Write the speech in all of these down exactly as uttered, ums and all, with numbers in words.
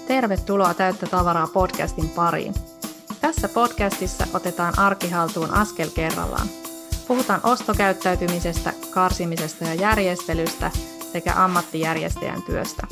Tervetuloa Täyttä tavaraa podcastin pariin. Tässä podcastissa otetaan arki haltuun askel kerrallaan. Puhutaan ostokäyttäytymisestä, karsimisesta ja järjestelystä sekä ammattijärjestäjän työstä.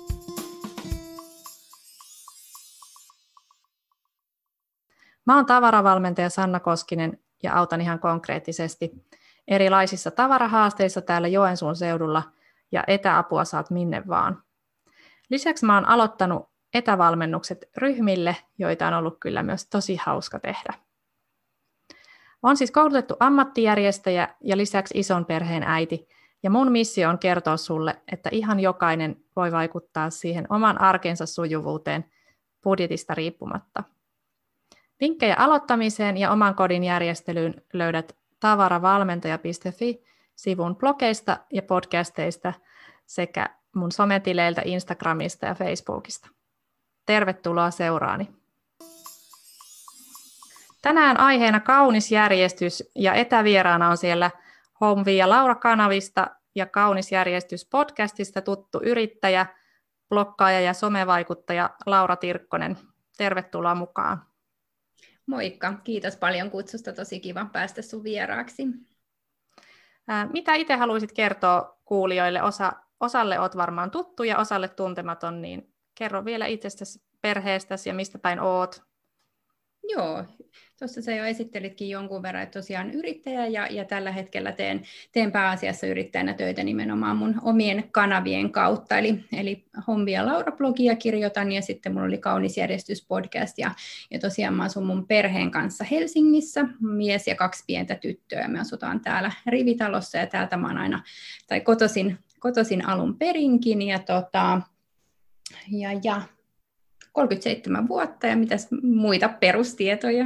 Mä oon tavaravalmentaja Sanna Koskinen ja autan ihan konkreettisesti erilaisissa tavarahaasteissa täällä Joensuun seudulla ja etäapua saat minne vaan. Lisäksi mä oon aloittanut etävalmennukset ryhmille, joita on ollut kyllä myös tosi hauska tehdä. Olen siis koulutettu ammattijärjestäjä ja lisäksi ison perheen äiti, ja mun missio on kertoa sulle, että ihan jokainen voi vaikuttaa siihen oman arkensa sujuvuuteen budjetista riippumatta. Linkkejä aloittamiseen ja oman kodin järjestelyyn löydät tavaravalmentaja piste fi-sivun blogeista ja podcasteista sekä mun sometileiltä Instagramista ja Facebookista. Tervetuloa seuraani. Tänään aiheena kaunis järjestys ja etävieraana on siellä Homvi ja Laura kanavista ja Kaunis järjestys podcastista tuttu yrittäjä, bloggaaja ja somevaikuttaja Laura Tirkkonen. Tervetuloa mukaan. Moikka, kiitos paljon kutsusta, tosi kiva päästä sun vieraaksi. Mitä itse haluaisit kertoa kuulijoille? Osa, osalle olet varmaan tuttu ja osalle tuntematon, niin kerro vielä itsestäsi, perheestäsi ja mistä päin oot. Joo, tuossa sä jo esittelitkin jonkun verran, että tosiaan yrittäjä ja, ja tällä hetkellä teen, teen pääasiassa yrittäjänä töitä nimenomaan mun omien kanavien kautta, eli, eli Homvi ja Laura-blogia kirjoitan ja sitten mulla oli Kaunis järjestys podcast ja, ja tosiaan mä asun mun perheen kanssa Helsingissä, mies ja kaksi pientä tyttöä, me asutaan täällä rivitalossa ja täältä mä oon aina, tai kotoisin, kotoisin alun perinkin ja tota, ja, ja kolmekymmentäseitsemän vuotta ja mitäs muita perustietoja.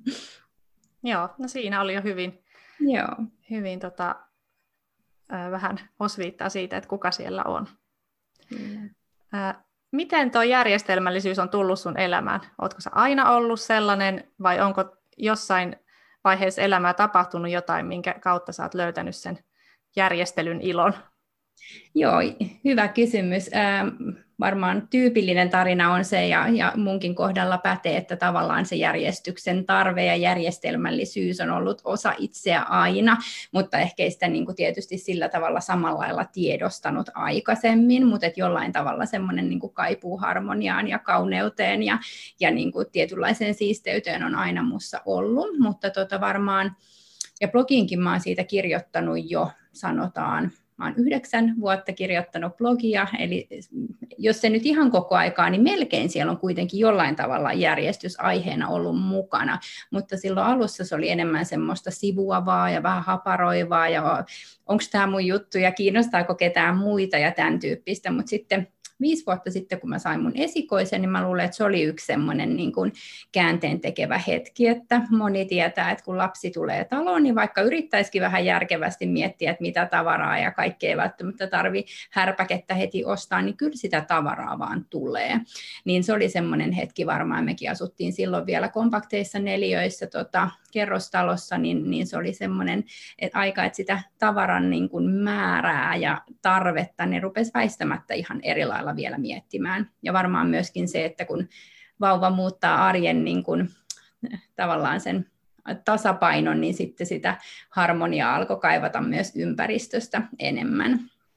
Joo, no siinä oli jo hyvin, Joo. hyvin tota, äh, vähän osviittaa siitä, että kuka siellä on. Mm. Äh, miten tuo järjestelmällisyys on tullut sun elämään? Ootko sä aina ollut sellainen vai onko jossain vaiheessa elämää tapahtunut jotain, minkä kautta sä oot löytänyt sen järjestelyn ilon? Joo, hyvä kysymys. Ähm, varmaan tyypillinen tarina on se, ja, ja munkin kohdalla pätee, että tavallaan se järjestyksen tarve ja järjestelmällisyys on ollut osa itseä aina, mutta ehkä ei sitä niin kuin tietysti sillä tavalla samalla lailla tiedostanut aikaisemmin, mutta et jollain tavalla semmoinen niin kuin kaipuu harmoniaan ja kauneuteen ja, ja niin kuin tietynlaiseen siisteyteen on aina mussa ollut, mutta tota varmaan, ja blogiinkin mä oon siitä kirjoittanut jo, sanotaan, Mä oon yhdeksän vuotta kirjoittanut blogia, eli jos se nyt ihan koko aikaa, niin melkein siellä on kuitenkin jollain tavalla järjestysaiheena ollut mukana, mutta silloin alussa se oli enemmän semmoista sivuavaa ja vähän haparoivaa, ja onko tämä mun juttu ja kiinnostaako ketään muita ja tämän tyyppistä, mutta sitten viisi vuotta sitten, kun mä sain mun esikoisen, niin mä luulen, että se oli yksi semmoinen niin kuin käänteen tekevä hetki, että moni tietää, että kun lapsi tulee taloon, niin vaikka yrittäisikin vähän järkevästi miettiä, että mitä tavaraa ja kaikkea ei välttämättä tarvitse härpäkettä heti ostaa, niin kyllä sitä tavaraa vaan tulee. Niin se oli semmoinen hetki varmaan, mekin asuttiin silloin vielä kompakteissa neliöissä tota, kerrostalossa, niin, niin se oli semmoinen että aika, että sitä tavaran niin kuin määrää ja tarvetta, ne rupesi väistämättä ihan eri lailla vielä miettimään. Ja varmaan myöskin se, että kun vauva muuttaa arjen niin kuin, tavallaan sen tasapainon, niin sitten sitä harmoniaa alkoi kaivata myös ympäristöstä enemmän.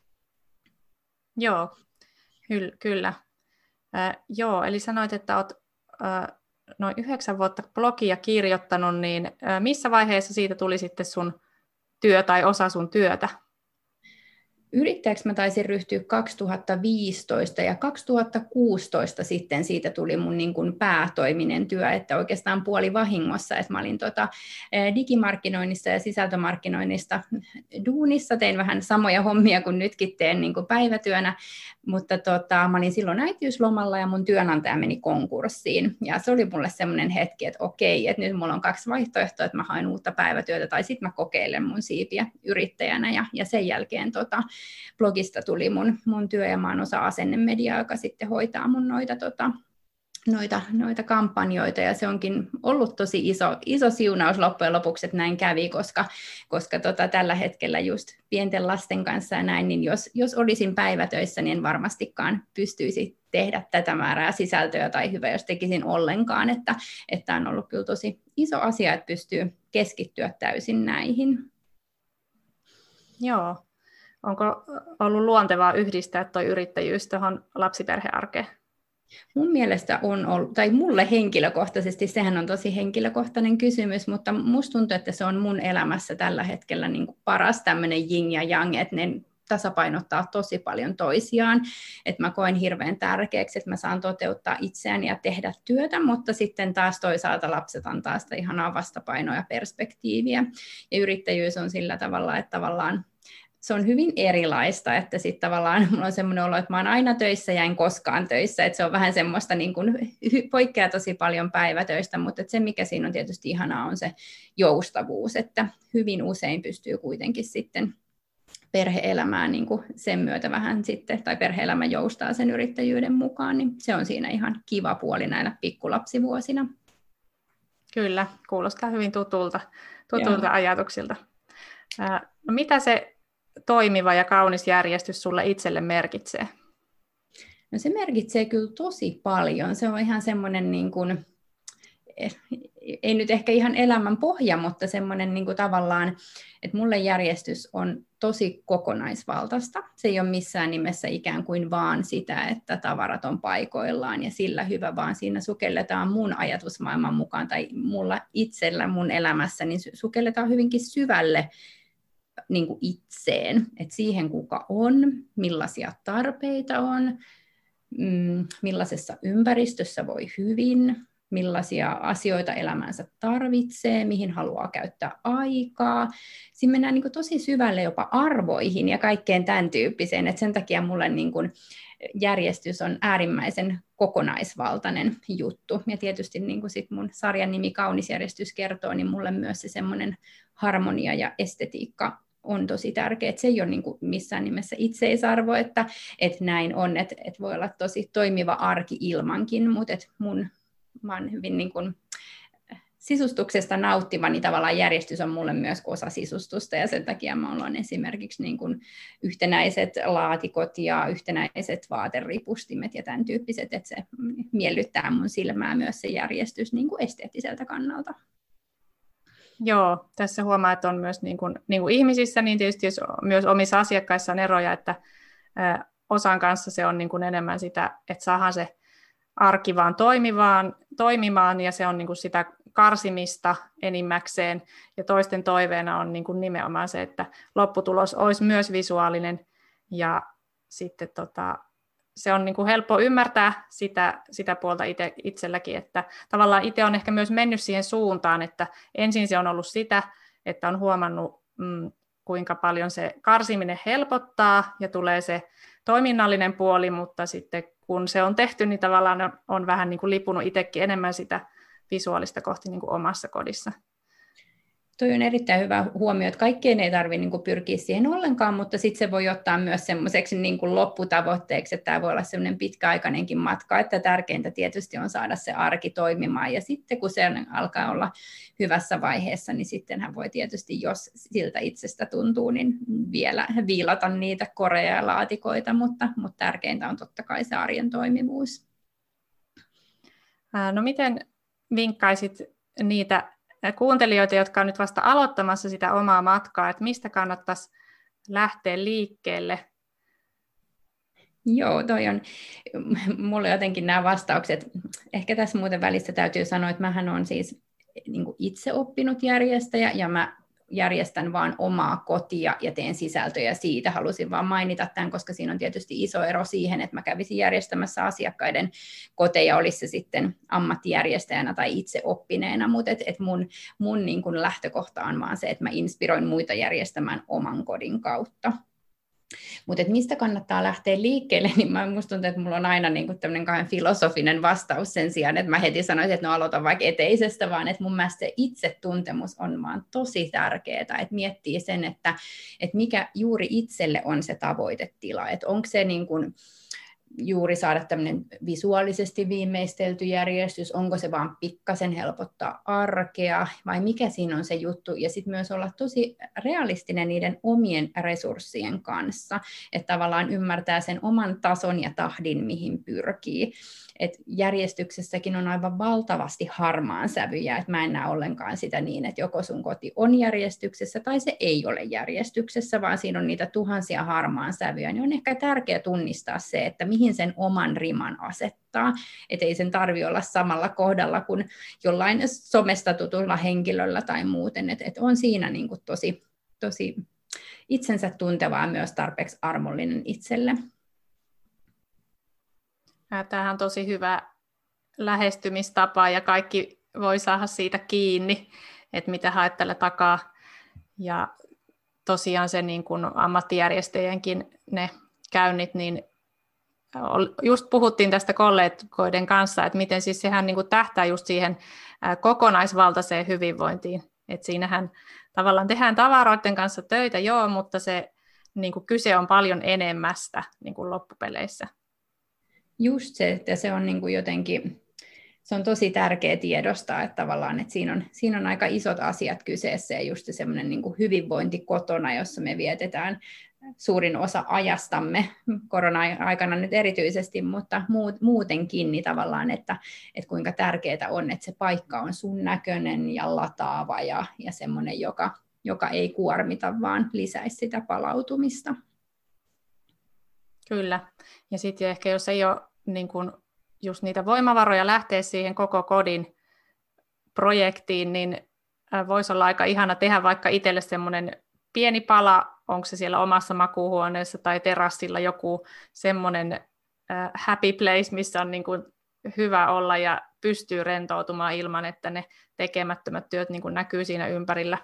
Joo, hyl- kyllä. Äh, joo, eli sanoit, että olet äh, noin yhdeksän vuotta blogia kirjoittanut, niin äh, missä vaiheessa siitä tuli sitten sun työ tai osa sun työtä? Yrittäjäksi mä taisin ryhtyä kaksituhattaviisitoista ja kaksituhattakuusitoista sitten siitä tuli mun niin kuin päätoiminen työ, että oikeastaan puoli vahingossa, että mä olin tota digimarkkinoinnissa ja sisältömarkkinoinnista duunissa, tein vähän samoja hommia kuin nytkin teen niin kuin päivätyönä, mutta tota, mä olin silloin äitiyslomalla ja mun työnantaja meni konkurssiin ja se oli mulle semmoinen hetki, että okei, että nyt mulla on kaksi vaihtoehtoa, että mä haen uutta päivätyötä tai sitten mä kokeilen mun siipiä yrittäjänä ja, ja sen jälkeen tota, blogista tuli mun, mun työ ja mä oon osa asennemediaa, joka sitten hoitaa mun noita tota, noita, noita kampanjoita, ja se onkin ollut tosi iso, iso siunaus loppujen lopuksi, että näin kävi, koska, koska tota, tällä hetkellä just pienten lasten kanssa ja näin, niin jos, jos olisin päivätöissä, niin en varmastikaan pystyisi tehdä tätä määrää sisältöä, tai hyvä, jos tekisin ollenkaan, että, että on ollut kyllä tosi iso asia, että pystyy keskittyä täysin näihin. Joo. Onko ollut luontevaa yhdistää tuo yrittäjyys tuohon lapsiperhearkeen? Mun mielestä on ollut, tai mulle henkilökohtaisesti, sehän on tosi henkilökohtainen kysymys, mutta musta tuntuu, että se on mun elämässä tällä hetkellä niin kuin paras tämmöinen yin ja yang, että ne tasapainottaa tosi paljon toisiaan, että mä koen hirveän tärkeäksi, että mä saan toteuttaa itseäni ja tehdä työtä, mutta sitten taas toisaalta lapset antaa sitä ihanaa vastapainoa ja perspektiiviä, ja yrittäjyys on sillä tavalla, että tavallaan se on hyvin erilaista, että sitten tavallaan mulla on semmoinen olo, että mä oon aina töissä ja en koskaan töissä, että se on vähän semmoista niin kuin, poikkeaa tosi paljon päivätöistä, mutta että se mikä siinä on tietysti ihanaa on se joustavuus, että hyvin usein pystyy kuitenkin sitten perhe-elämään niin kuin sen myötä vähän sitten, tai perhe-elämä joustaa sen yrittäjyyden mukaan, niin se on siinä ihan kiva puoli näinä pikkulapsivuosina. Kyllä, kuulostaa hyvin tutulta, tutulta ajatuksilta. No, mitä se toimiva ja kaunis järjestys sulle itselle merkitsee? No se merkitsee kyllä tosi paljon. Se on ihan semmoinen, niin kuin, ei nyt ehkä ihan elämän pohja, mutta semmoinen niin kuin tavallaan, että mulle järjestys on tosi kokonaisvaltaista. Se ei ole missään nimessä ikään kuin vaan sitä, että tavarat on paikoillaan ja sillä hyvä, vaan siinä sukelletaan mun ajatusmaailman mukaan tai mulla itsellä mun elämässä, niin sukelletaan hyvinkin syvälle niin kuin itseen, että siihen kuka on, millaisia tarpeita on, mm, millaisessa ympäristössä voi hyvin, millaisia asioita elämänsä tarvitsee, mihin haluaa käyttää aikaa. Siinä mennään niin kuin tosi syvälle jopa arvoihin ja kaikkeen tämän tyyppiseen, että sen takia mulle niin kuin järjestys on äärimmäisen kokonaisvaltainen juttu. Ja tietysti niin kuin sit mun sarjan nimi Kaunis järjestys kertoo, niin mulle myös se semmoinen harmonia ja estetiikka on tosi tärkeä. Että se ei ole niin kuin missään nimessä itseisarvo, että, että näin on, että, että voi olla tosi toimiva arki ilmankin, mutta että mun, mä oon hyvin niin kuin sisustuksesta nauttiva, niin tavallaan järjestys on mulle myös osa sisustusta, ja sen takia mä olen esimerkiksi niin kuin yhtenäiset laatikot ja yhtenäiset vaateripustimet ja tämän tyyppiset, että se miellyttää mun silmää myös se järjestys niin kuin esteettiseltä kannalta. Joo, tässä huomaa, että on myös niin kuin, niin kuin ihmisissä, niin tietysti myös omissa asiakkaissa on eroja, että ä, osan kanssa se on niin kuin enemmän sitä, että saadaan se arki vaan toimimaan, toimimaan ja se on niin kuin sitä karsimista enimmäkseen, ja toisten toiveena on niin kuin nimenomaan se, että lopputulos olisi myös visuaalinen, ja sitten tota, se on niin kuin helppo ymmärtää sitä, sitä puolta itse, itselläkin, että tavallaan itse on ehkä myös mennyt siihen suuntaan, että ensin se on ollut sitä, että on huomannut, mm, kuinka paljon se karsiminen helpottaa, ja tulee se toiminnallinen puoli, mutta sitten kun se on tehty, niin tavallaan on, on vähän niin kuin lipunut itsekin enemmän sitä visuaalista kohti niin kuin omassa kodissa. Toi on erittäin hyvä huomio, että kaikkeen ei tarvitse niin kuin pyrkiä siihen ollenkaan, mutta sitten se voi ottaa myös semmoiseksi niin kuin lopputavoitteeksi, että tämä voi olla semmoinen pitkäaikainenkin matka, että tärkeintä tietysti on saada se arki toimimaan, ja sitten kun se alkaa olla hyvässä vaiheessa, niin sittenhän voi tietysti, jos siltä itsestä tuntuu, niin vielä viilata niitä koreja ja laatikoita, mutta, mutta tärkeintä on totta kai se arjen toimivuus. No miten vinkkaisit niitä kuuntelijoita, jotka on nyt vasta aloittamassa sitä omaa matkaa, että mistä kannattaisi lähteä liikkeelle? Joo, toi on, mulla jotenkin nämä vastaukset, ehkä tässä muuten välissä täytyy sanoa, että mähän olen siis niin kuin itse oppinut järjestäjä, ja mä järjestän vaan omaa kotia ja teen sisältöjä siitä. Halusin vaan mainita tämän, koska siinä on tietysti iso ero siihen, että mä kävisin järjestämässä asiakkaiden koteja, olisi se sitten ammattijärjestäjänä tai itse oppineena, mutta et, et mun, mun niin kuin lähtökohta on vaan se, että mä inspiroin muita järjestämään oman kodin kautta. Mutta mistä kannattaa lähteä liikkeelle, niin mä musta tuntuu, että mulla on aina niinku tämmöinen kahden filosofinen vastaus sen sijaan, että mä heti sanoisin, että no aloitan vaikka eteisestä, vaan että mun mielestä se itsetuntemus on vaan tosi tärkeää, että miettii sen, että, että mikä juuri itselle on se tavoitetila, että onko se niin kuin juuri saada tämmöinen visuaalisesti viimeistelty järjestys, onko se vaan pikkasen helpottaa arkea vai mikä siinä on se juttu, ja sitten myös olla tosi realistinen niiden omien resurssien kanssa, että tavallaan ymmärtää sen oman tason ja tahdin, mihin pyrkii. Et järjestyksessäkin on aivan valtavasti harmaan sävyjä, että mä en näe ollenkaan sitä niin, että joko sun koti on järjestyksessä tai se ei ole järjestyksessä, vaan siinä on niitä tuhansia harmaan sävyjä, niin on ehkä tärkeää tunnistaa se, että mihin sen oman riman asettaa, että ei sen tarvitse olla samalla kohdalla kuin jollain somesta tutulla henkilöllä tai muuten, että et on siinä niin kuin tosi, tosi itsensä tuntevaa myös tarpeeksi armollinen itselle. Tämähän on tosi hyvä lähestymistapa ja kaikki voi saada siitä kiinni, että mitä haet tällä takaa. Ja tosiaan se niin kuin ammattijärjestöjenkin ne käynnit, niin just puhuttiin tästä kollegoiden kanssa, että miten siis sehän niin kuin tähtää just siihen kokonaisvaltaiseen hyvinvointiin. Että siinähän tavallaan tehdään tavaroiden kanssa töitä, joo, mutta se niin kuin kyse on paljon enemmästä niin kuin loppupeleissä. Just se, että se on niin kuin jotenkin, se on tosi tärkeä tiedostaa, että tavallaan, että siinä on, siinä on aika isot asiat kyseessä ja just semmoinen niin kuin hyvinvointi kotona, jossa me vietetään suurin osa ajastamme korona-aikana nyt erityisesti, mutta muutenkin niin tavallaan, että, että kuinka tärkeää on, että se paikka on sun näköinen ja lataava ja, ja semmoinen, joka, joka ei kuormita, vaan lisäisi sitä palautumista. Kyllä. Ja sitten ehkä jos ei ole niin kun just niitä voimavaroja lähteä siihen koko kodin projektiin, niin voisi olla aika ihana tehdä vaikka itselle semmoinen pieni pala, onko se siellä omassa makuuhuoneessa tai terassilla joku semmoinen happy place, missä on niin kun hyvä olla ja pystyy rentoutumaan ilman, että ne tekemättömät työt niin kun näkyy siinä ympärillä.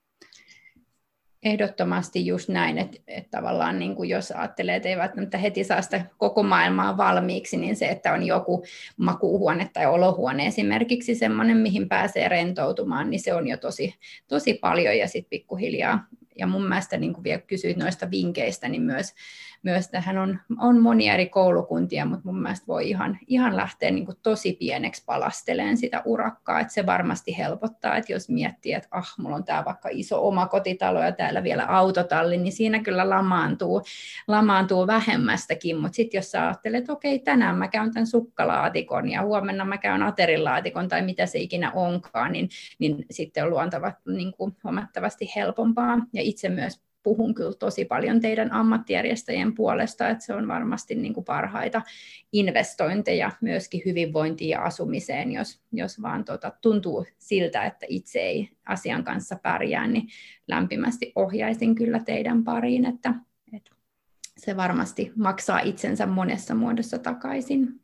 Ehdottomasti just näin, että, että tavallaan niin kuin jos ajattelee, että ei välttämättä heti saa sitä koko maailmaa valmiiksi, niin se, että on joku makuuhuone tai olohuone esimerkiksi semmoinen, mihin pääsee rentoutumaan, niin se on jo tosi, tosi paljon ja sitten pikkuhiljaa. Ja mun mielestä, niin kuin vielä kysyit noista vinkkeistä, niin myös, myös tähän on, on monia eri koulukuntia, mutta mun mielestä voi ihan, ihan lähteä niin kuin tosi pieneksi palasteleen sitä urakkaa, että se varmasti helpottaa, että jos miettii, että ah, mulla on tää vaikka iso omakotitalo ja täällä vielä autotalli, niin siinä kyllä lamaantuu, lamaantuu vähemmästäkin, mutta sitten jos sä ajattelet, että okei, tänään mä käyn tämän sukkalaatikon ja huomenna mä käyn aterilaatikon tai mitä se ikinä onkaan, niin, niin sitten on luontava niin kuin huomattavasti helpompaa. Ja itse myös puhun kyllä tosi paljon teidän ammattijärjestäjien puolesta, että se on varmasti niin kuin parhaita investointeja myöskin hyvinvointiin ja asumiseen, jos, jos vaan tota, tuntuu siltä, että itse ei asian kanssa pärjää, niin lämpimästi ohjaisin kyllä teidän pariin, että, että se varmasti maksaa itsensä monessa muodossa takaisin.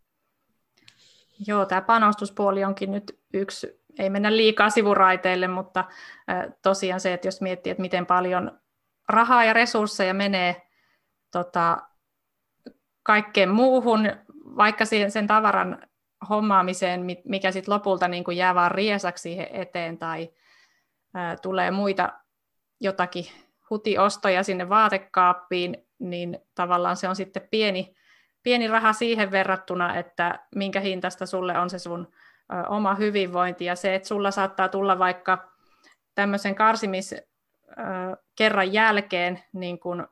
Joo, tämä panostuspuoli onkin nyt yksi, ei mennä liikaa sivuraiteille, mutta tosiaan se, että jos miettii, että miten paljon rahaa ja resursseja menee tota, kaikkeen muuhun, vaikka siihen, sen tavaran hommaamiseen, mikä sitten lopulta niin kuin jää vaan riesaksi siihen eteen, tai ää, tulee muita jotakin hutiostoja sinne vaatekaappiin, niin tavallaan se on sitten pieni, pieni raha siihen verrattuna, että minkä hintaista sulle on se sun ö, oma hyvinvointi, ja se, että sulla saattaa tulla vaikka tämmöisen karsimis kerran jälkeen niin kun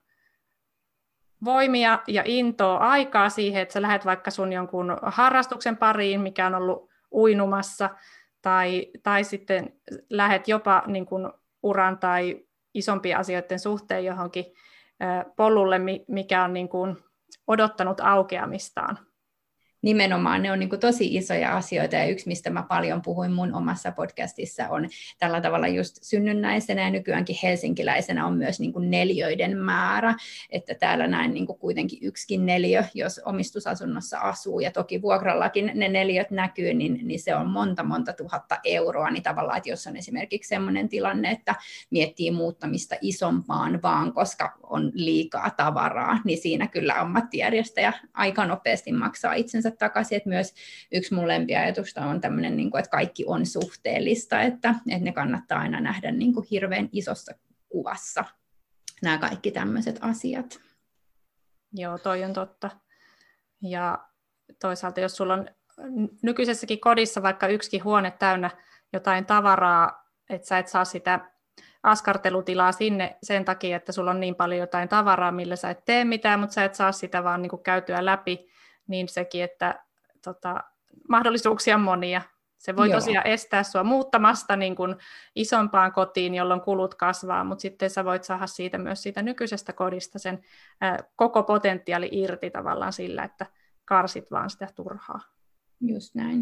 voimia ja intoa aikaa siihen, että sä lähdet vaikka sun jonkun harrastuksen pariin, mikä on ollut uinumassa, tai, tai sitten lähdet jopa niin kun uran tai isompien asioiden suhteen johonkin polulle, mikä on niin kun odottanut aukeamistaan. Nimenomaan ne on niin kuin tosi isoja asioita, ja yksi, mistä mä paljon puhuin mun omassa podcastissa, on tällä tavalla just synnynnäisenä ja nykyäänkin helsinkiläisenä on myös niin kuin neliöiden määrä, että täällä näin niin kuin kuitenkin yksikin neliö, jos omistusasunnossa asuu, ja toki vuokrallakin ne neliöt näkyy, niin, niin se on monta monta tuhatta euroa, niin tavallaan, että jos on esimerkiksi sellainen tilanne, että miettii muuttamista isompaan vaan, koska on liikaa tavaraa, niin siinä kyllä ammattijärjestäjä aika nopeasti maksaa itsensä takaisin, että myös yksi mun lempiajatusta on tämmöinen, että kaikki on suhteellista, että, että ne kannattaa aina nähdä niin kuin hirveän isossa kuvassa, nämä kaikki tämmöiset asiat. Joo, toi on totta. Ja toisaalta jos sulla on nykyisessäkin kodissa vaikka yksikin huone täynnä jotain tavaraa, että sä et saa sitä askartelutilaa sinne sen takia, että sulla on niin paljon jotain tavaraa, millä sä et tee mitään, mutta sä et saa sitä vaan niin kuin käytyä läpi, niin sekin, että tota, mahdollisuuksia on monia. Se voi Joo. tosiaan estää sua muuttamasta niin kuin isompaan kotiin, jolloin kulut kasvaa, mutta sitten sä voit saada siitä myös siitä nykyisestä kodista sen ää, koko potentiaali irti tavallaan sillä, että karsit vaan sitä turhaa. Just näin.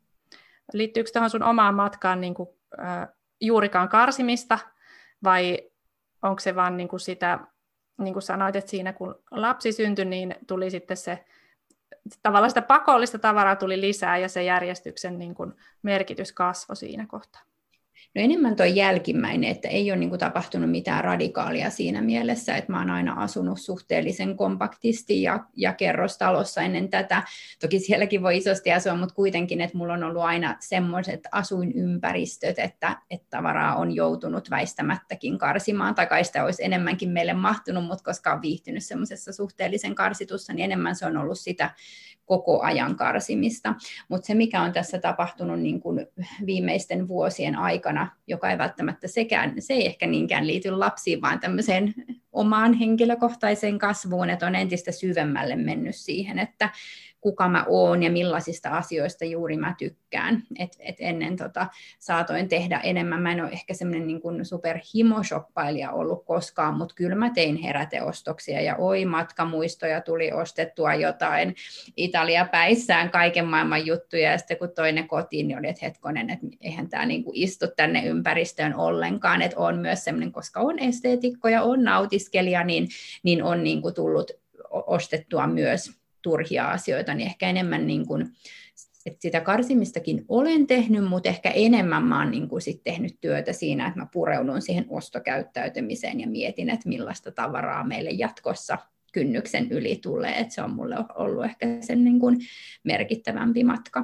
Liittyykö tuohon sun omaan matkaan niin kuin, ää, juurikaan karsimista, vai onko se vaan niin kuin sitä, niin kuin sanoit, että siinä kun lapsi syntyi, niin tuli sitten se, tavallaan sitä pakollista tavaraa tuli lisää ja se järjestyksen niin kuin merkitys kasvoi siinä kohtaa? No enemmän tuo jälkimmäinen, että ei ole niin kuin tapahtunut mitään radikaalia siinä mielessä, että mä oon aina asunut suhteellisen kompaktisti ja, ja kerrostalossa ennen tätä. Toki sielläkin voi isosti asua, mutta kuitenkin, että mulla on ollut aina semmoiset asuinympäristöt, että, että tavaraa on joutunut väistämättäkin karsimaan. Tai kai sitä olisi enemmänkin meille mahtunut, mutta koska on viihtynyt semmoisessa suhteellisen karsitussa, niin enemmän se on ollut sitä koko ajan karsimista. Mutta se, mikä on tässä tapahtunut niin kuin viimeisten vuosien aikana, joka ei välttämättä sekään, se ei ehkä niinkään liity lapsiin, vaan tämmöiseen omaan henkilökohtaiseen kasvuun, että on entistä syvemmälle mennyt siihen, että kuka mä oon ja millaisista asioista juuri mä tykkään. Et, et ennen tota, saatoin tehdä enemmän. Mä en ole ehkä semmoinen niin kuin superhimoshoppailija ollut koskaan, mutta kyllä mä tein heräteostoksia ja oi matkamuistoja, tuli ostettua jotain Italia päissään, kaiken maailman juttuja, ja sitten kun toinen kotiin, niin oli, että hetkonen, että eihän tämä niin kuin istu tänne ympäristöön ollenkaan, että on myös semmoinen, koska on esteetikko ja on nautiskelija, niin, niin on niin kuin tullut ostettua myös turhia asioita, niin ehkä enemmän niin kuin, että sitä karsimistakin olen tehnyt, mutta ehkä enemmän mä oon niin kuin sit tehnyt työtä siinä, että mä pureudun siihen ostokäyttäytymiseen ja mietin, että millaista tavaraa meille jatkossa kynnyksen yli tulee, että se on mulle ollut ehkä sen niin kuin merkittävämpi matka.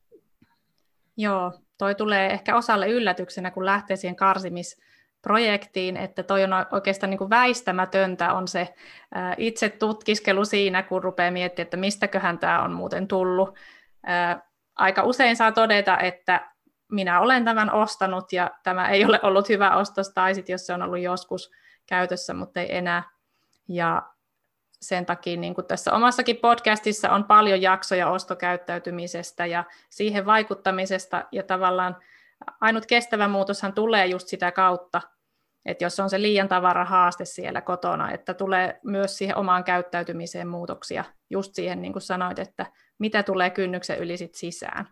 Joo, toi tulee ehkä osalle yllätyksenä, kun lähtee siihen karsimis projektiin, että toi on oikeastaan niin kuin väistämätöntä on se ää, itse tutkiskelu siinä, kun rupeaa miettimään, että mistäköhän tämä on muuten tullut. Ää, aika usein saa todeta, että minä olen tämän ostanut ja tämä ei ole ollut hyvä ostos, tai sitten jos se on ollut joskus käytössä, mutta ei enää. Ja sen takia niin kuin tässä omassakin podcastissa on paljon jaksoja ostokäyttäytymisestä ja siihen vaikuttamisesta, ja tavallaan ainut kestävä muutoshan tulee just sitä kautta, että jos on se liian tavara haaste siellä kotona, että tulee myös siihen omaan käyttäytymiseen muutoksia, just siihen niin kuin sanoit, että mitä tulee kynnyksen yli sit sisään.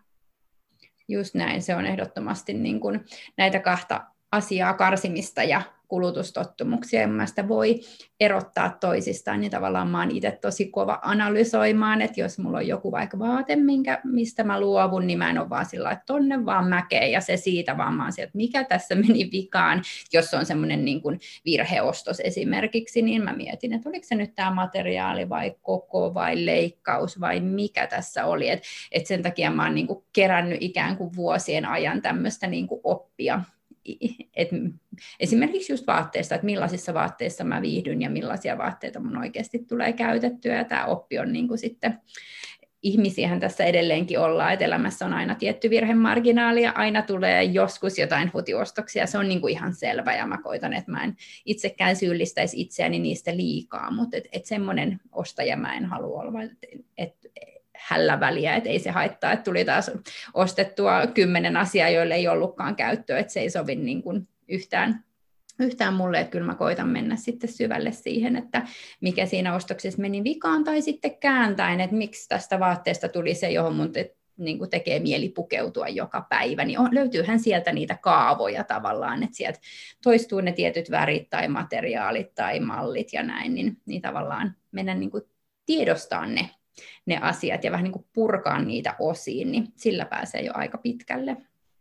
Just näin, se on ehdottomasti niin kuin näitä kahta asiaa, karsimista ja kulutustottumuksia, ja mielestäni voi erottaa toisistaan, niin tavallaan mä oon itse tosi kova analysoimaan, että jos mulla on joku vaikka vaate, minkä, mistä mä luovun, niin mä en ole vaan sillä että tonne vaan mäkeen, ja se siitä, vaan mä oon sieltä, että mikä tässä meni vikaan, jos on semmoinen niin kuin virheostos esimerkiksi, niin mä mietin, että oliko se nyt tämä materiaali vai koko vai leikkaus vai mikä tässä oli, että et sen takia mä oon niin kuin kerännyt ikään kuin vuosien ajan tämmöistä niin kuin oppia. Et esimerkiksi just vaatteista, että millaisissa vaatteissa mä viihdyn ja millaisia vaatteita mun oikeasti tulee käytettyä, ja tämä oppi on niin kuin sitten, ihmisiähän tässä edelleenkin ollaan, että elämässä on aina tietty virhemarginaali ja aina tulee joskus jotain hutiostoksia, se on niin kuin ihan selvä, ja mä koitan, että mä en itsekään syyllistäisi itseäni niistä liikaa, mutta et, et semmoinen ostaja mä en halua olla, että et, hällä väliä, että ei se haittaa, että tuli taas ostettua kymmenen asiaa, joille ei ollutkaan käyttöä, että se ei sovi niin kuin yhtään, yhtään mulle, että kyllä mä koitan mennä sitten syvälle siihen, että mikä siinä ostoksessa meni vikaan tai sitten kääntäen, että miksi tästä vaatteesta tuli se, johon mun te, niin kuin tekee mieli pukeutua joka päivä, niin on, löytyyhän sieltä niitä kaavoja tavallaan, että sieltä toistuu ne tietyt värit tai materiaalit tai mallit ja näin, niin, niin tavallaan mennä niin kuin tiedostamaan ne ne asiat ja vähän niin kuin purkaa niitä osiin, niin sillä pääsee jo aika pitkälle.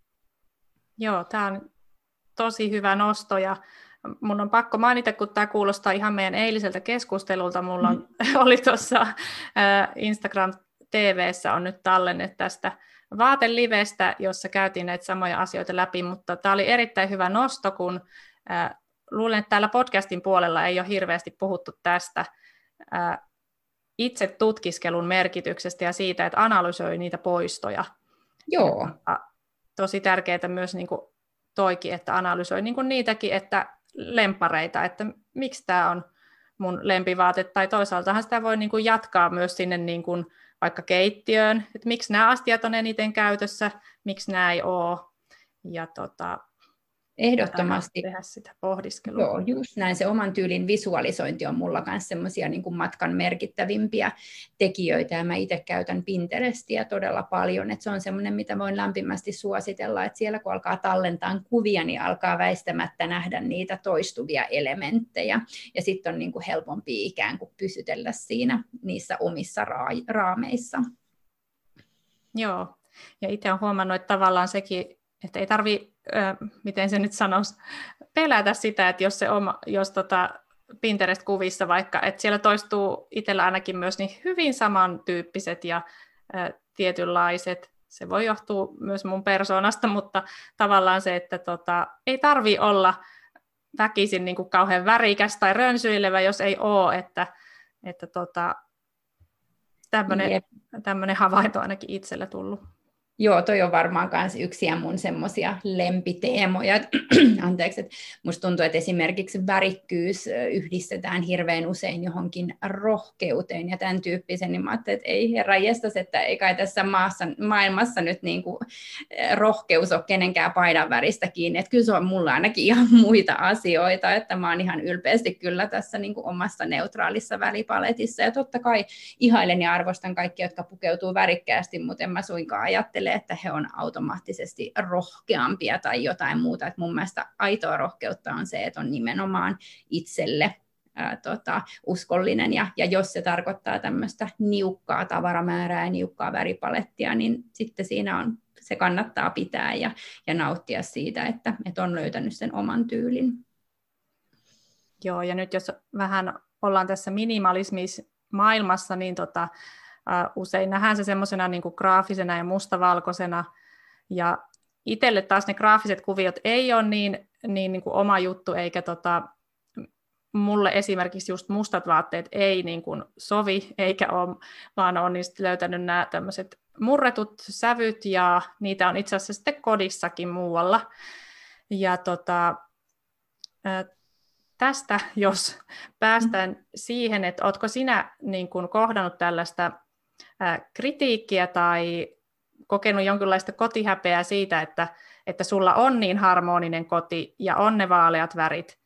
Joo, tämä on tosi hyvä nosto, ja mun on pakko mainita, kun tämä kuulostaa ihan meidän eiliseltä keskustelulta. Mulla on, mm. oli tuossa Instagram T V:ssä on nyt tallenne tästä vaatelivestä, jossa käytiin näitä samoja asioita läpi, mutta tämä oli erittäin hyvä nosto, kun luulen, että täällä podcastin puolella ei ole hirveästi puhuttu tästä. itse tutkiskelun merkityksestä ja siitä, että analysoi niitä poistoja. Joo. Ja tosi tärkeää myös niin kuin toikin, että analysoi niin kuin niitäkin, että lempareita, että miksi tämä on mun lempivaate, tai toisaaltahan sitä voi niin kuin jatkaa myös sinne niin kuin vaikka keittiöön, että miksi nämä astiat on eniten käytössä, miksi nämä ei ole, ja tota, ehdottomasti tehdä sitä pohdiskelua. Joo, just näin. Se oman tyylin visualisointi on mulla myös semmoisia niin kuin matkan merkittävimpiä tekijöitä, ja mä itse käytän Pinterestiä todella paljon, että se on semmoinen, mitä voin lämpimästi suositella, että siellä kun alkaa tallentaa kuvia, niin alkaa väistämättä nähdä niitä toistuvia elementtejä, ja sitten on niin kuin helpompi ikään kuin pysytellä siinä niissä omissa ra- raameissa. Joo, ja itse olen huomannut, että tavallaan sekin, että ei tarvitse, miten se nyt sanoisi, pelätä sitä, että jos, se oma, jos tota Pinterest-kuvissa vaikka, että siellä toistuu itsellä ainakin myös niin hyvin samantyyppiset ja ä, tietynlaiset, se voi johtua myös mun persoonasta, mutta tavallaan se, että tota, ei tarvitse olla väkisin niin kuin kauhean värikäs tai rönsyilevä, jos ei ole, että, että tota, tämmöinen havainto ainakin itselle tullut. Joo, toi on varmaan myös yksi ja mun semmoisia lempiteemoja. Anteeksi, että musta tuntuu, että esimerkiksi värikkyys yhdistetään hirveän usein johonkin rohkeuteen ja tämän tyyppisen, niin mä ajattelin, että ei herra jestas, että ei kai tässä maassa, maailmassa nyt niin kuin rohkeus ole kenenkään paidan väristä kiinni, että kyllä se on mulla ainakin ihan muita asioita, että mä oon ihan ylpeästi kyllä tässä niin kuin omassa neutraalissa välipaletissa, ja totta kai ihailen ja arvostan kaikkia, jotka pukeutuu värikkäästi, mutta en mä suinkaan ajattele, että he on automaattisesti rohkeampia tai jotain muuta. Et mun mielestä aitoa rohkeutta on se, että on nimenomaan itselle ää, tota, uskollinen, ja, ja jos se tarkoittaa tämmöistä niukkaa tavaramäärää ja niukkaa väripalettia, niin sitten siinä on, se kannattaa pitää ja, ja nauttia siitä, että, että on löytänyt sen oman tyylin. Joo, ja nyt jos vähän ollaan tässä minimalismismaailmassa, niin tota, Uh, usein nähdään se semmoisena niin kuin graafisena ja mustavalkoisena, ja itselle taas ne graafiset kuviot ei ole niin, niin, niin kuin oma juttu, eikä tota, mulle esimerkiksi just mustat vaatteet ei niin kuin sovi, eikä ole, vaan olen niistä löytänyt nämä tämmöiset murretut sävyt, ja niitä on itse asiassa sitten kodissakin muualla. Ja tota, uh, tästä, jos päästään mm. siihen, että oletko sinä niin kuin kohdannut tällaista kritiikkiä tai kokenut jonkinlaista kotihäpeää siitä, että, että sulla on niin harmoninen koti ja on ne vaaleat värit?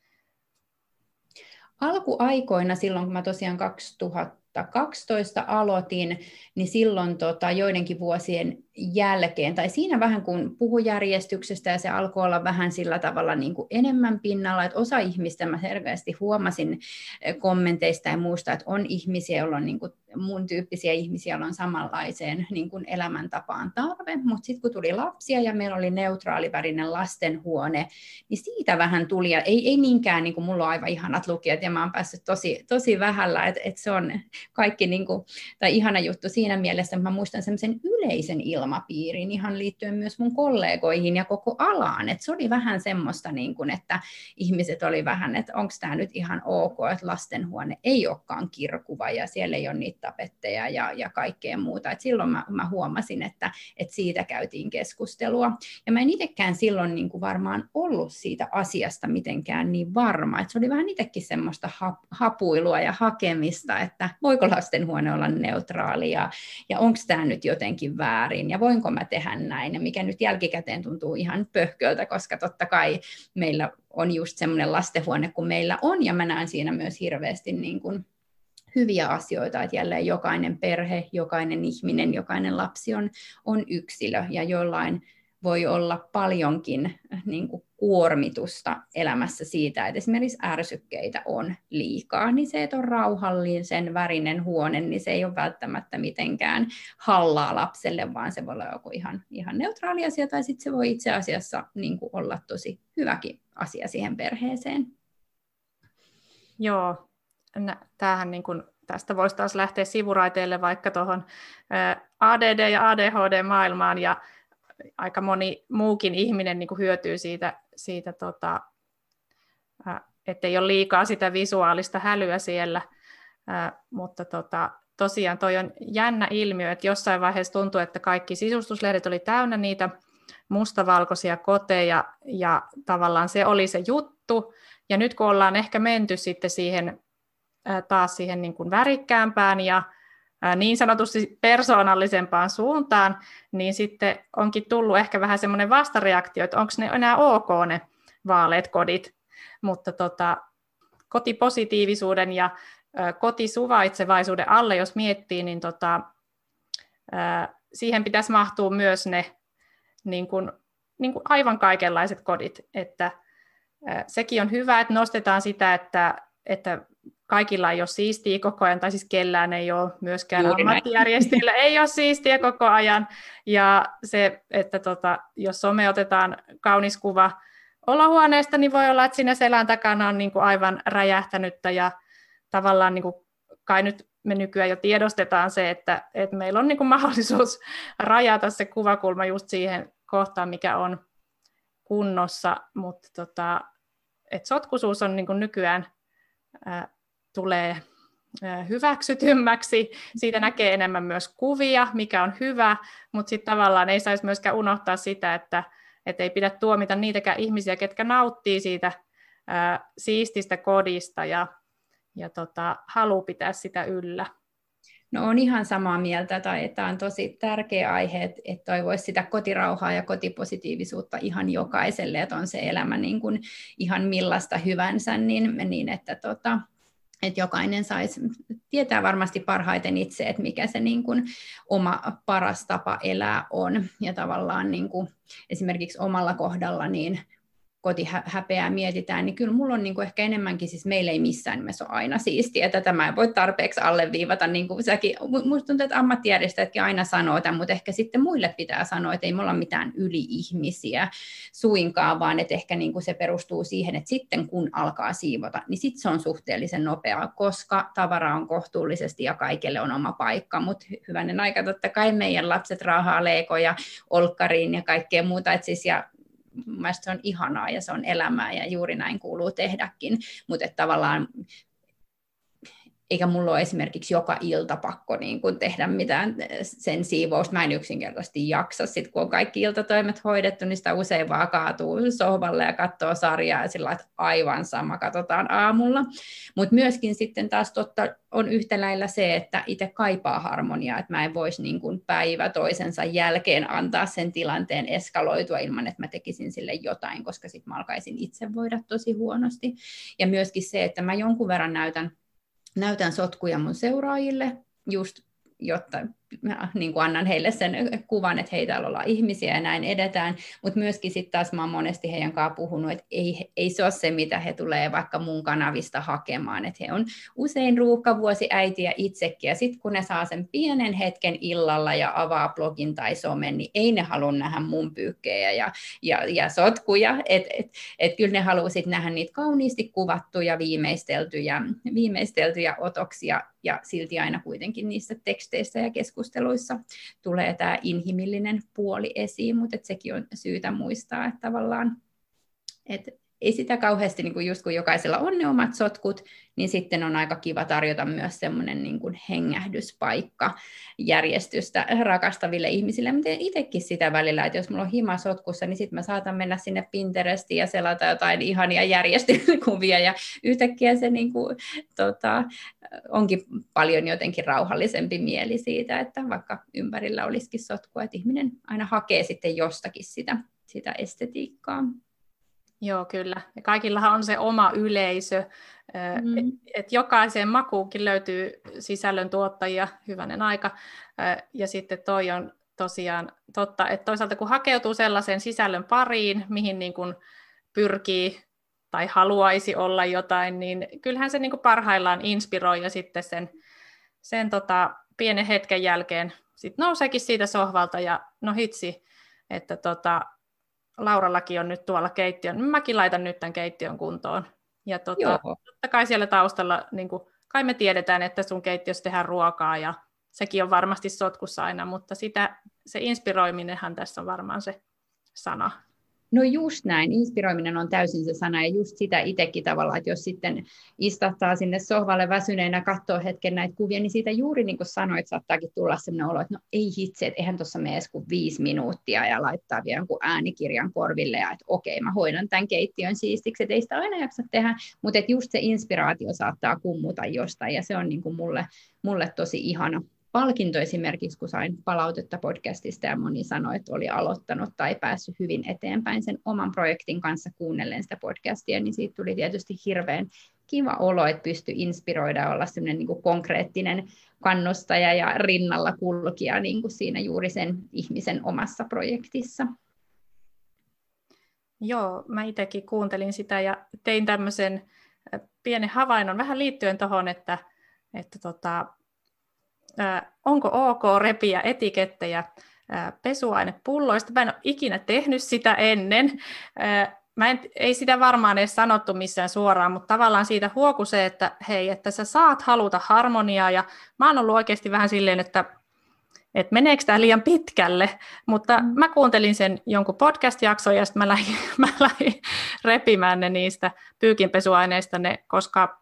Alkuaikoina, silloin kun mä tosiaan kaksituhattakaksitoista aloitin, niin silloin tota, joidenkin vuosien jälkeen, tai siinä vähän kun puhui järjestyksestä, ja se alkoi olla vähän sillä tavalla niin kuin enemmän pinnalla, että osa ihmistä, mä selkeästi huomasin kommenteista ja muusta, että on ihmisiä, joilla on niin kuin mun tyyppisiä ihmisiä, joilla on samanlaiseen niin kuin elämäntapaan tarve, mutta sitten kun tuli lapsia ja meillä oli neutraalivärinen lastenhuone, niin siitä vähän tuli, ja ei, ei niinkään, niin kuin mulla on aivan ihanat lukijat, ja mä oon päässyt tosi, tosi vähällä, että, että se on kaikki, niin kuin, tai ihana juttu siinä mielessä, että mä muistan semmoisen yleisen ilmapiirin ihan liittyen myös mun kollegoihin ja koko alaan, että se oli vähän semmoista, niin kuin, että ihmiset oli vähän, että onko tämä nyt ihan ok, että lastenhuone ei olekaan kirkuva, ja siellä ei ole niitä tapetteja ja, ja kaikkea muuta. Et silloin mä, mä huomasin, että, että siitä käytiin keskustelua. Ja mä en itsekään silloin niin kuin varmaan ollut siitä asiasta mitenkään niin varma. Et se oli vähän itsekin semmoista hapuilua ja hakemista, että voiko lastenhuone olla neutraali ja, ja onko tämä nyt jotenkin väärin ja voinko mä tehdä näin. Ja mikä nyt jälkikäteen tuntuu ihan pöhköltä, koska totta kai meillä on just semmoinen lastenhuone kuin meillä on, ja mä näen siinä myös hirveästi niin kuin hyviä asioita, että jälleen jokainen perhe, jokainen ihminen, jokainen lapsi on, on yksilö, ja jollain voi olla paljonkin niin kuin kuormitusta elämässä siitä, että esimerkiksi ärsykkeitä on liikaa, niin se, että on rauhallinen värinen huone, niin se ei ole välttämättä mitenkään hallaa lapselle, vaan se voi olla joku ihan, ihan neutraali asia, tai sitten se voi itse asiassa niin kuin olla tosi hyväkin asia siihen perheeseen. Joo. Tämähän niin kuin, tästä voisi taas lähteä sivuraiteille vaikka tuohon A D D- ja A D H D-maailmaan, ja aika moni muukin ihminen niin kuin hyötyy siitä, siitä tota, ettei ole liikaa sitä visuaalista hälyä siellä, mutta tota, tosiaan toi on jännä ilmiö, että jossain vaiheessa tuntui, että kaikki sisustuslehdet oli täynnä niitä mustavalkoisia koteja, ja tavallaan se oli se juttu. Ja nyt kun ollaan ehkä menty sitten siihen, taas siihen niin kuin värikkäämpään ja niin sanotusti persoonallisempaan suuntaan, niin sitten onkin tullut ehkä vähän semmoinen vastareaktio, että onko ne enää ok ne vaaleat kodit, mutta tota, kotipositiivisuuden ja kotisuvaitsevaisuuden alle, jos miettii, niin tota, siihen pitäisi mahtua myös ne niin kuin, niin kuin aivan kaikenlaiset kodit, että sekin on hyvä, että nostetaan sitä, että, että kaikilla ei ole siistiä koko ajan, tai siis kellään ei ole, myöskään Juuri ammattijärjestöillä näin. Ei ole siistiä koko ajan, ja se, että tota, jos some otetaan kaunis kuva olohuoneesta, niin voi olla, että siinä selän takana on niin kuin aivan räjähtänyttä, ja tavallaan niin kuin, kai nyt me nykyään jo tiedostetaan se, että, että meillä on niin kuin mahdollisuus rajata se kuvakulma just siihen kohtaan, mikä on kunnossa, mutta tota, et sotkuisuus on niin kuin nykyään ää, tulee ää, hyväksytymmäksi, siitä näkee enemmän myös kuvia, mikä on hyvä, mutta sitten tavallaan ei saisi myöskään unohtaa sitä, että et ei pidä tuomita niitäkään ihmisiä, ketkä nauttii siitä ää, siististä kodista ja, ja tota, haluaa pitää sitä yllä. No on ihan samaa mieltä, tai että on tosi tärkeä aihe, että, että toivoisi sitä kotirauhaa ja kotipositiivisuutta ihan jokaiselle, että on se elämä niin kuin ihan millaista hyvänsä, niin, niin että, tota, että jokainen saisi tietää varmasti parhaiten itse, että mikä se niin kuin oma paras tapa elää on. Ja tavallaan niin kuin esimerkiksi omalla kohdalla niin kotihäpeää mietitään, niin kyllä mulla on niin kuin ehkä enemmänkin, siis meillä ei missään nimessä ole aina siistiä, tätä mä en voi tarpeeksi alleviivata, niin kuin säkin, musta tuntuu, että ammattijärjestäjätkin aina sanoo tämän, mutta ehkä sitten muille pitää sanoa, että ei me olla mitään yli-ihmisiä suinkaan, vaan että ehkä niin kuin se perustuu siihen, että sitten kun alkaa siivota, niin sitten se on suhteellisen nopeaa, koska tavara on kohtuullisesti ja kaikille on oma paikka, mutta hyvänen aika, totta kai meidän lapset raahaa leikoja olkkariin ja kaikkea muuta, että siis ja mielestäni se on ihanaa ja se on elämää ja juuri näin kuuluu tehdäkin, mutta tavallaan eikä mulla ole esimerkiksi joka ilta pakko niin kun tehdä mitään sen siivousta. Mä en yksinkertaisesti jaksa. Sitten kun on kaikki iltatoimet hoidettu, niin sitä usein vaan kaatuu sohvalle ja katsoo sarjaa ja sillä että aivan sama, katsotaan aamulla. Mutta myöskin sitten taas totta on yhtä lailla se, että itse kaipaa harmoniaa, että mä en voisi niin kun päivä toisensa jälkeen antaa sen tilanteen eskaloitua ilman, että mä tekisin sille jotain, koska sitten mä alkaisin itse voida tosi huonosti. Ja myöskin se, että mä jonkun verran näytän Näytän sotkuja mun seuraajille, just jotta mä niin kuin annan heille sen kuvan, että hei, täällä ollaan ihmisiä ja näin edetään, mutta myöskin sitten taas mä oon monesti heidän kanssaan puhunut, että ei, ei se ole se, mitä he tulee vaikka mun kanavista hakemaan, että he on usein ruuhkavuosi äitiä itsekin, ja sitten kun ne saa sen pienen hetken illalla ja avaa blogin tai somen, niin ei ne halua nähdä mun pyykkejä ja, ja, ja sotkuja, että et, et kyllä ne haluaa sitten nähdä niitä kauniisti kuvattuja, viimeisteltyjä, viimeisteltyjä otoksia, ja silti aina kuitenkin niissä teksteissä ja keskusteluissa tulee tämä inhimillinen puoli esiin, mutta sekin on syytä muistaa, että tavallaan että ei sitä kauheasti, niin kuin just kun jokaisella on ne omat sotkut, niin sitten on aika kiva tarjota myös semmoinen niin kuin hengähdyspaikka järjestystä rakastaville ihmisille. Mä teen itsekin sitä välillä, että jos mulla on hima sotkussa, niin sitten mä saatan mennä sinne Pinterestiin ja selata jotain ihania järjestelykuvia, ja yhtäkkiä se niin kuin, tota, onkin paljon jotenkin rauhallisempi mieli siitä, että vaikka ympärillä olisikin sotkua, että ihminen aina hakee sitten jostakin sitä, sitä estetiikkaa. Joo, kyllä. Ja kaikillahan on se oma yleisö, mm. että et jokaiseen makuunkin löytyy sisällöntuottajia, hyvänen aika. Ja sitten toi on tosiaan totta, että toisaalta kun hakeutuu sellaisen sisällön pariin, mihin niin kuin pyrkii tai haluaisi olla jotain, niin kyllähän se niin kuin parhaillaan inspiroi, ja sitten sen, sen tota, pienen hetken jälkeen sit nouseekin siitä sohvalta ja no hitsi, että tota, Laurallakin on nyt tuolla keittiön, mäkin laitan nyt tämän keittiön kuntoon. Ja tota, totta kai siellä taustalla, niin kuin, kai me tiedetään, että sun keittiössä tehdään ruokaa, ja sekin on varmasti sotkussa aina, mutta sitä, se inspiroiminenhan tässä on varmaan se sana. No just näin, inspiroiminen on täysin se sana, ja just sitä itsekin tavallaan, että jos sitten istattaa sinne sohvalle väsyneenä, katsoo hetken näitä kuvia, niin siitä juuri niin kuin sanoit, saattaakin tulla sellainen olo, että no ei hitse, että eihän tuossa mene edes kuin viisi minuuttia, ja laittaa vielä jonkun äänikirjan korville, ja että okei, mä hoidan tämän keittiön siistiksi, että ei sitä aina jaksa tehdä, mutta että just se inspiraatio saattaa kummuta jostain, ja se on niin kuin mulle, mulle tosi ihana palkinto esimerkiksi, kun sain palautetta podcastista ja moni sanoi, että oli aloittanut tai päässyt hyvin eteenpäin sen oman projektin kanssa kuunnellen sitä podcastia, niin siitä tuli tietysti hirveän kiva olo, että pystyi inspiroida ja olla semmoinen niin kuin konkreettinen kannustaja ja rinnalla kulkija niin kuin siinä juuri sen ihmisen omassa projektissa. Joo, mä itsekin kuuntelin sitä ja tein tämmöisen pienen havainnon vähän liittyen tuohon, että, että tota, ää, onko ok repiä etikettejä ää, pesuainepulloista. Mä en ole ikinä tehnyt sitä ennen. Ää, mä en, ei sitä varmaan edes sanottu missään suoraan, mutta tavallaan siitä huoku se, että hei, että sä saat haluta harmoniaa, ja mä oon ollut oikeasti vähän silleen, että että meneekö tämä liian pitkälle, mutta mm. mä kuuntelin sen jonkun podcast-jakson ja sitten mä lähdin, mä lähdin repimään ne niistä pyykinpesuaineista, ne, koska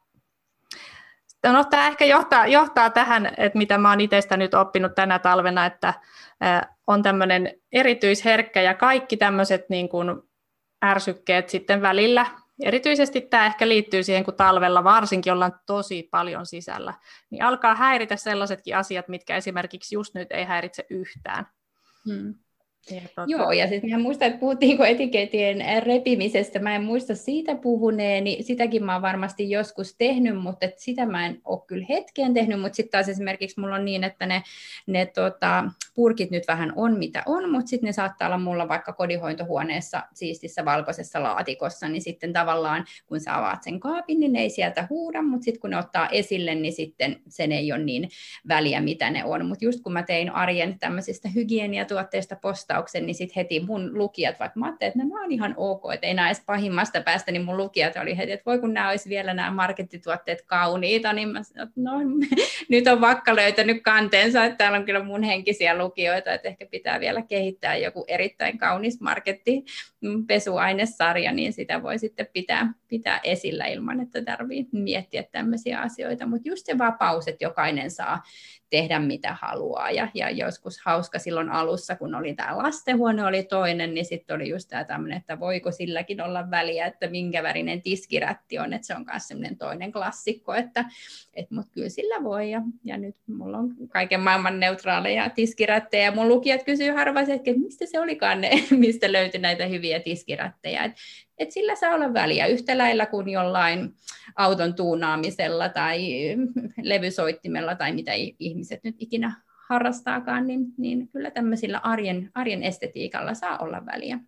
no, tämä ehkä johtaa, johtaa tähän, että mitä mä oon itsestä nyt oppinut tänä talvena, että äh, on tämmöinen erityisherkkä ja kaikki tämmöiset niin kuin ärsykkeet sitten välillä. Erityisesti tämä ehkä liittyy siihen, kun talvella varsinkin ollaan tosi paljon sisällä, niin alkaa häiritä sellaisetkin asiat, mitkä esimerkiksi just nyt ei häiritse yhtään. Hmm. Ja tuota... Joo, ja sitten mä muistan, että puhuttiin etiketien repimisestä, mä en muista siitä puhuneeni, sitäkin mä oon varmasti joskus tehnyt, mutta et sitä mä en ole kyllä hetkeen tehnyt, mutta sitten taas esimerkiksi mulla on niin, että ne, ne tota, purkit nyt vähän on mitä on, mutta sitten ne saattaa olla mulla vaikka kodinhoitohuoneessa siistissä valkoisessa laatikossa, niin sitten tavallaan kun sä avaat sen kaapin, niin ne ei sieltä huuda, mutta sitten kun ne ottaa esille, niin sitten sen ei ole niin väliä, mitä ne on. Mutta just kun mä tein arjen tämmöisistä hygieniatuotteista postaa, niin sitten heti mun lukijat, vaikka mä ajattelin, että nämä on ihan ok, että ei nämä edes pahimmasta päästä, niin mun lukijat oli heti, että voi kun nämä olisi vielä nämä markettituotteet kauniita, niin mä sanoin, että no nyt on vakka löytänyt kanteensa, että täällä on kyllä mun henkisiä lukijoita, että ehkä pitää vielä kehittää joku erittäin kaunis marketti pesuainesarja, niin sitä voi sitten pitää, pitää esillä ilman, että tarvii miettiä tämmöisiä asioita, mutta just se vapaus, että jokainen saa tehdä mitä haluaa, ja, ja joskus hauska silloin alussa, kun oli tämä lastenhuone oli toinen, niin sitten oli just tämä tämmöinen, että voiko silläkin olla väliä, että minkä värinen tiskirätti on, että se on myös semmoinen toinen klassikko, että et, mutta kyllä sillä voi, ja, ja nyt mulla on kaiken maailman neutraaleja tiskirättejä, ja mun lukijat kysyy harvasti, että mistä se olikaan ne, mistä löytyi näitä hyviä tiskirättejä, että et sillä saa olla väliä yhtä lailla kuin jollain auton tuunaamisella tai levysoittimella tai mitä ihmiset nyt ikinä harrastaakaan, niin, niin kyllä tämmöisillä arjen, arjen estetiikalla saa olla väliä.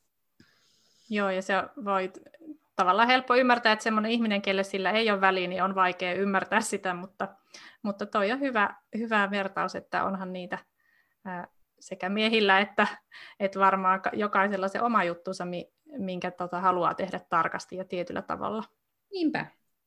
Joo, ja se voi tavallaan helppo ymmärtää, että semmoinen ihminen, kelle sillä ei ole väliä, niin on vaikea ymmärtää sitä, mutta, mutta toi on hyvä, hyvä vertaus, että onhan niitä ää, sekä miehillä että, että varmaan jokaisella se oma juttunsa, minkä tota, haluaa tehdä tarkasti ja tietyllä tavalla. Niinpä.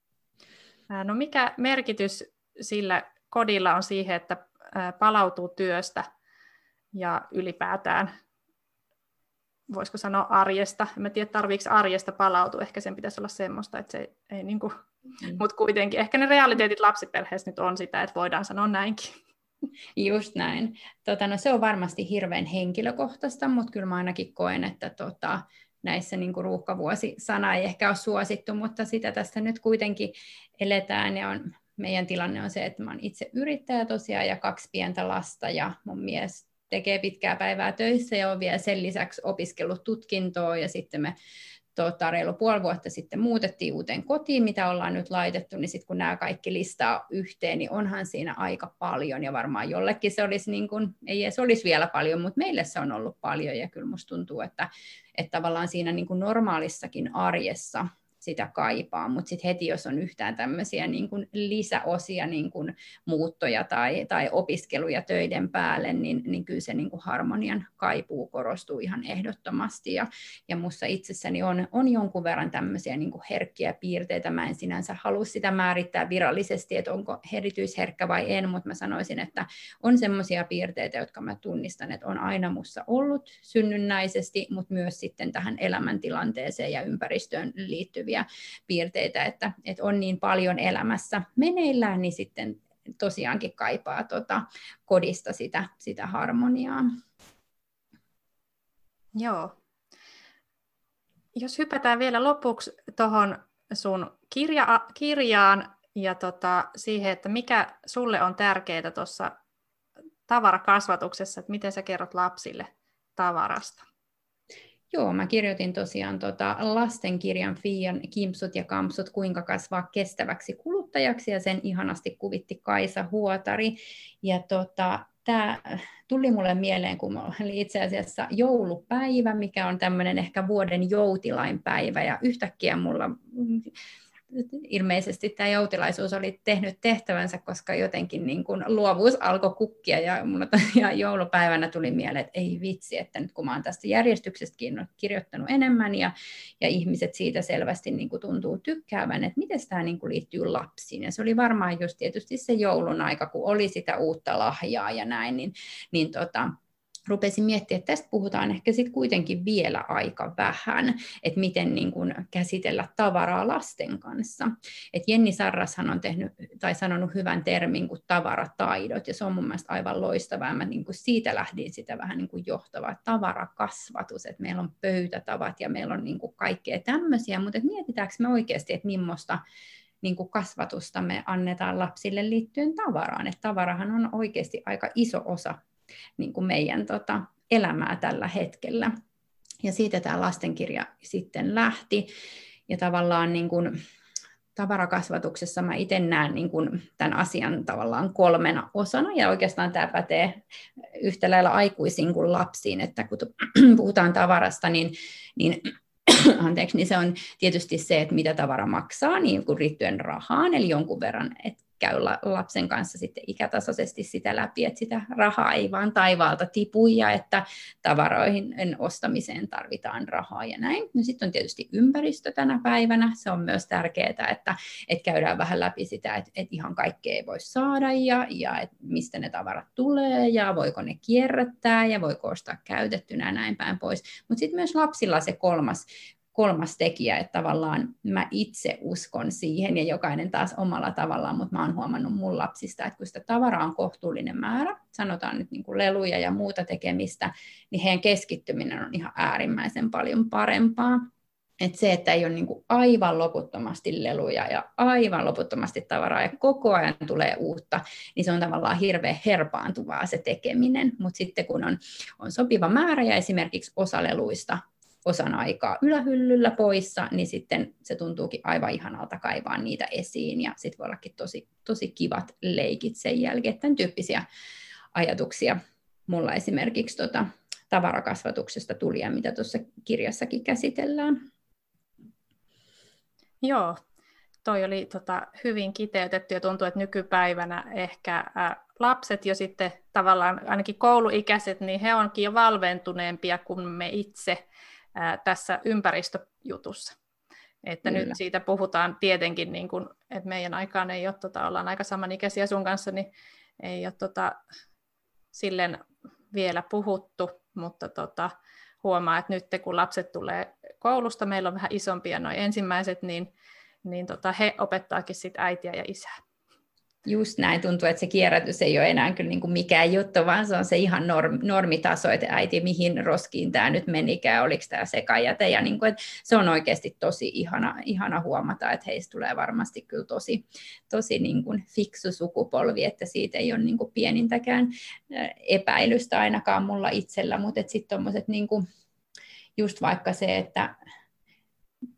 No mikä merkitys sillä kodilla on siihen, että palautuu työstä ja ylipäätään, voisiko sanoa arjesta. En mä tiedä, tarviiko arjesta palautua. Ehkä sen pitäisi olla semmoista, että se ei, ei niin kuin, mm. mutta kuitenkin ehkä ne realiteetit lapsiperheessä nyt on sitä, että voidaan sanoa näinkin. Just näin. Tota, no se on varmasti hirveän henkilökohtaista, mutta kyllä mä ainakin koen, että tota, näissä niin kuin ruuhkavuosi-sana ei ehkä ole suosittu, mutta sitä tässä nyt kuitenkin eletään, ja on, meidän tilanne on se, että mä oon itse yrittäjä tosiaan ja kaksi pientä lasta, ja mun mies tekee pitkää päivää töissä ja on vielä sen lisäksi opiskellut tutkintoa, ja sitten me tota, reilu puoli vuotta sitten muutettiin uuteen kotiin, mitä ollaan nyt laitettu, niin sitten kun nämä kaikki listaa yhteen, niin onhan siinä aika paljon, ja varmaan jollekin se olisi, niin kuin, ei edes olisi vielä paljon, mutta meille se on ollut paljon, ja kyllä musta tuntuu, että, että tavallaan siinä niin kuin normaalissakin arjessa sitä kaipaa, mutta sitten heti jos on yhtään tämmöisiä niin kuin lisäosia, niin kuin muuttoja tai, tai opiskeluja töiden päälle, niin, niin kyllä se niin kuin harmonian kaipuu korostuu ihan ehdottomasti. Ja, ja musta itsessäni on, on jonkun verran tämmöisiä niin kuin herkkiä piirteitä. Mä en sinänsä halua sitä määrittää virallisesti, että onko erityisherkkä vai en, mutta mä sanoisin, että on semmoisia piirteitä, jotka mä tunnistan, että on aina musta ollut synnynnäisesti, mutta myös sitten tähän elämäntilanteeseen ja ympäristöön liittyviä piirteitä, että, että on niin paljon elämässä meneillään, niin sitten tosiaankin kaipaa tota kodista sitä, sitä harmoniaa. Joo. Jos hypätään vielä lopuksi tuohon sun kirja, kirjaan ja tota, siihen, että mikä sulle on tärkeää tuossa tavarakasvatuksessa, että miten sä kerrot lapsille tavarasta? Joo, mä kirjoitin tosiaan tota lastenkirjan Fiian Kimpsut ja Kampsut, kuinka kasvaa kestäväksi kuluttajaksi, ja sen ihanasti kuvitti Kaisa Huotari. Ja tota, tämä tuli mulle mieleen, kun oli itse asiassa joulupäivä, mikä on tämmöinen ehkä vuoden joutilainpäivä, ja yhtäkkiä mulla ilmeisesti tämä joutilaisuus oli tehnyt tehtävänsä, koska jotenkin niin kuin luovuus alkoi kukkia, ja mulla tosiaan joulupäivänä tuli mieleen, että ei vitsi, että nyt kun mä oon tästä järjestyksestäkin kirjoittanut enemmän, ja, ja ihmiset siitä selvästi niin kuin tuntuu tykkäävän, että miten tämä niin kuin liittyy lapsiin, ja se oli varmaan just tietysti se joulun aika, kun oli sitä uutta lahjaa ja näin, niin, niin tota, rupesin miettimään, että tästä puhutaan ehkä sitten kuitenkin vielä aika vähän, että miten niin kuin käsitellä tavaraa lasten kanssa. Et Jenni Sarrashan on tehnyt tai sanonut hyvän termin kuin tavarataidot, ja se on mun mielestä aivan loistavaa. Mä niin kuin siitä lähdin sitä vähän niin kuin johtavaa tavarakasvatus, että meillä on pöytätavat ja meillä on niin kuin kaikkea tämmöisiä, mutta et mietitäänkö me oikeasti, että millaista niin kuin kasvatusta me annetaan lapsille liittyen tavaraan, että tavarahan on oikeasti aika iso osa niin kuin meidän tota, elämää tällä hetkellä. Ja siitä tämä lastenkirja sitten lähti. Ja tavallaan niin kuin tavarakasvatuksessa mä itse näen niin kuin tämän asian tavallaan kolmena osana, ja oikeastaan tämä pätee yhtä lailla aikuisiin kuin lapsiin, että kun puhutaan tavarasta, niin, niin anteeksi, niin se on tietysti se, että mitä tavara maksaa, niin kuin liittyen rahaan, eli jonkun verran, että käy lapsen kanssa sitten ikätasaisesti sitä läpi, että sitä rahaa ei vaan taivaalta tipu, ja että tavaroihin ostamiseen tarvitaan rahaa ja näin. No sitten on tietysti ympäristö tänä päivänä, se on myös tärkeää, että, että käydään vähän läpi sitä, että, että ihan kaikkea ei voi saada, ja, ja että mistä ne tavarat tulee, ja voiko ne kierrättää, ja voiko ostaa käytettynä ja näin päin pois. Mutta sitten myös lapsilla se kolmas, kolmas tekijä, että tavallaan mä itse uskon siihen, ja jokainen taas omalla tavallaan, mutta mä oon huomannut mun lapsista, että kun sitä tavaraa on kohtuullinen määrä, sanotaan nyt niin kuin leluja ja muuta tekemistä, niin heidän keskittyminen on ihan äärimmäisen paljon parempaa. Että se, että ei ole niin kuin aivan loputtomasti leluja ja aivan loputtomasti tavaraa ja koko ajan tulee uutta, niin se on tavallaan hirveän herpaantuvaa se tekeminen, mutta sitten kun on, on sopiva määrä ja esimerkiksi osa leluista osan aikaa ylähyllyllä poissa, niin sitten se tuntuukin aivan ihanalta kaivaa niitä esiin, ja sitten voi ollakin tosi, tosi kivat leikit sen jälkeen. Tämän tyyppisiä ajatuksia mulla esimerkiksi tota, tavarakasvatuksesta tuli, ja mitä tuossa kirjassakin käsitellään. Joo, toi oli tota, hyvin kiteytetty, ja tuntuu, että nykypäivänä ehkä ä, lapset jo sitten tavallaan, ainakin kouluikäiset, niin he onkin jo valventuneempia kuin me itse ä, tässä ympäristöjutussa. Että Kyllä. Nyt siitä puhutaan tietenkin, niin kun, että meidän aikaan ei ole, tota, ollaan aika samanikäisiä sun kanssa, niin ei ole tota, silleen vielä puhuttu, mutta tota, huomaa, että nyt kun lapset tulee koulusta, meillä on vähän isompia noin ensimmäiset, niin, niin tota, he opettaakin sit äitiä ja isää. Just näin, tuntuu, että se kierrätys ei ole enää kyllä niin kuin mikään juttu, vaan se on se ihan norm, normitaso, että äiti, mihin roskiin tämä nyt menikään, oliko tämä sekajäte, ja niin kuin, että se on oikeasti tosi ihana, ihana huomata, että heistä tulee varmasti kyllä tosi, tosi niin kuin fiksu sukupolvi, että siitä ei ole niin kuin pienintäkään epäilystä ainakaan mulla itsellä, mutta sitten tuommoiset niin kuin just vaikka se, että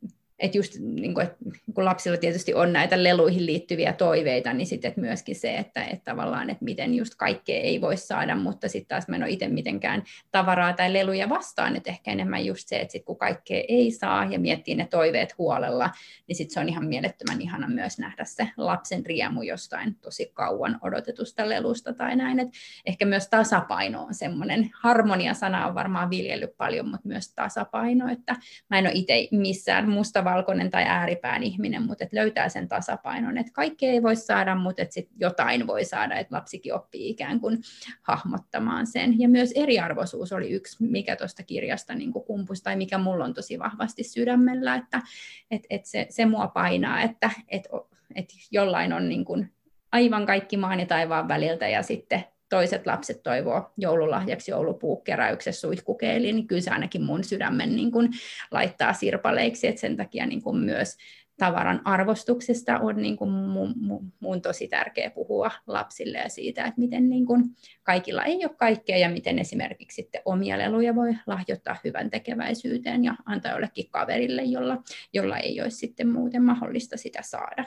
että just niin kuin, että kun lapsilla tietysti on näitä leluihin liittyviä toiveita, niin sitten myöskin se, että, että tavallaan, että miten just kaikkea ei voi saada, mutta sitten taas mä en ole itse mitenkään tavaraa tai leluja vastaan, että ehkä enemmän just se, että sit kun kaikkea ei saa ja miettii ne toiveet huolella, niin sitten se on ihan mielettömän ihana myös nähdä se lapsen riemu jostain tosi kauan odotetusta lelusta tai näin, että ehkä myös tasapaino on semmoinen, harmonia-sana on varmaan viljellyt paljon, mutta myös tasapaino, että mä en ole itse missään mustavalkoinen tai ääripään ihminen, mutta et löytää sen tasapainon, että kaikkea ei voi saada, mutta et sit jotain voi saada, että lapsikin oppii ikään kuin hahmottamaan sen. Ja myös eriarvoisuus oli yksi, mikä tuosta kirjasta niin kuin kumpusi, tai mikä mulla on tosi vahvasti sydämellä, että et, et se, se mua painaa, että et, et jollain on niin kuin aivan kaikki maan ja taivaan väliltä, ja sitten toiset lapset toivoo joululahjaksi joulupuukeräyksessä suihkukeeliin, niin kyllä se ainakin mun sydämen niin kuin laittaa sirpaleiksi, että sen takia niin kuin myös tavaran arvostuksesta on niin kuin mun, mun, mun tosi tärkeä puhua lapsille ja siitä, että miten niin kuin kaikilla ei ole kaikkea ja miten esimerkiksi sitten omia leluja voi lahjoittaa hyvän tekeväisyyteen ja antaa jollekin kaverille, jolla, jolla ei olisi sitten muuten mahdollista sitä saada.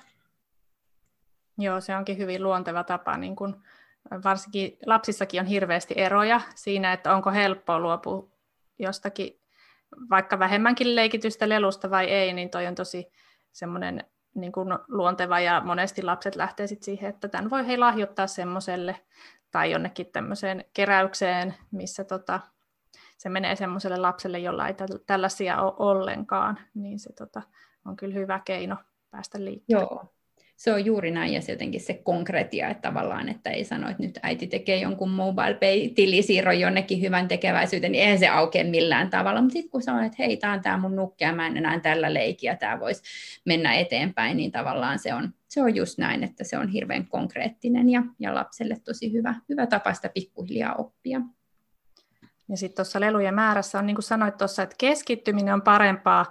Joo, se onkin hyvin luonteva tapa, niin kuin varsinkin lapsissakin on hirveästi eroja siinä, että onko helppoa luopua jostakin vaikka vähemmänkin leikitystä lelusta vai ei, niin toi on tosi semmoinen niin kuin luonteva ja monesti lapset lähtee sit siihen, että tämän voi hei lahjoittaa semmoiselle tai jonnekin tämmöiseen keräykseen, missä tota, se menee semmoiselle lapselle, jolla ei tällaisia ole ollenkaan, niin se tota, on kyllä hyvä keino päästä liikkeelle. Joo. Se on juuri näin, ja se jotenkin se konkretia, että tavallaan, että ei sano, että nyt äiti tekee jonkun mobile pay-tilisiirron jonnekin hyvän tekeväisyyteen, niin eihän se aukea millään tavalla, mutta sitten kun sanoo, että hei, tämä on tämä mun nukki, ja mä en enää tällä leikiä, tämä voisi mennä eteenpäin, niin tavallaan se on, se on just näin, että se on hirveän konkreettinen, ja, ja lapselle tosi hyvä, hyvä tapa sitä pikkuhiljaa oppia. Ja sitten tuossa lelujen määrässä on, niin kuin sanoit tuossa, että keskittyminen on parempaa,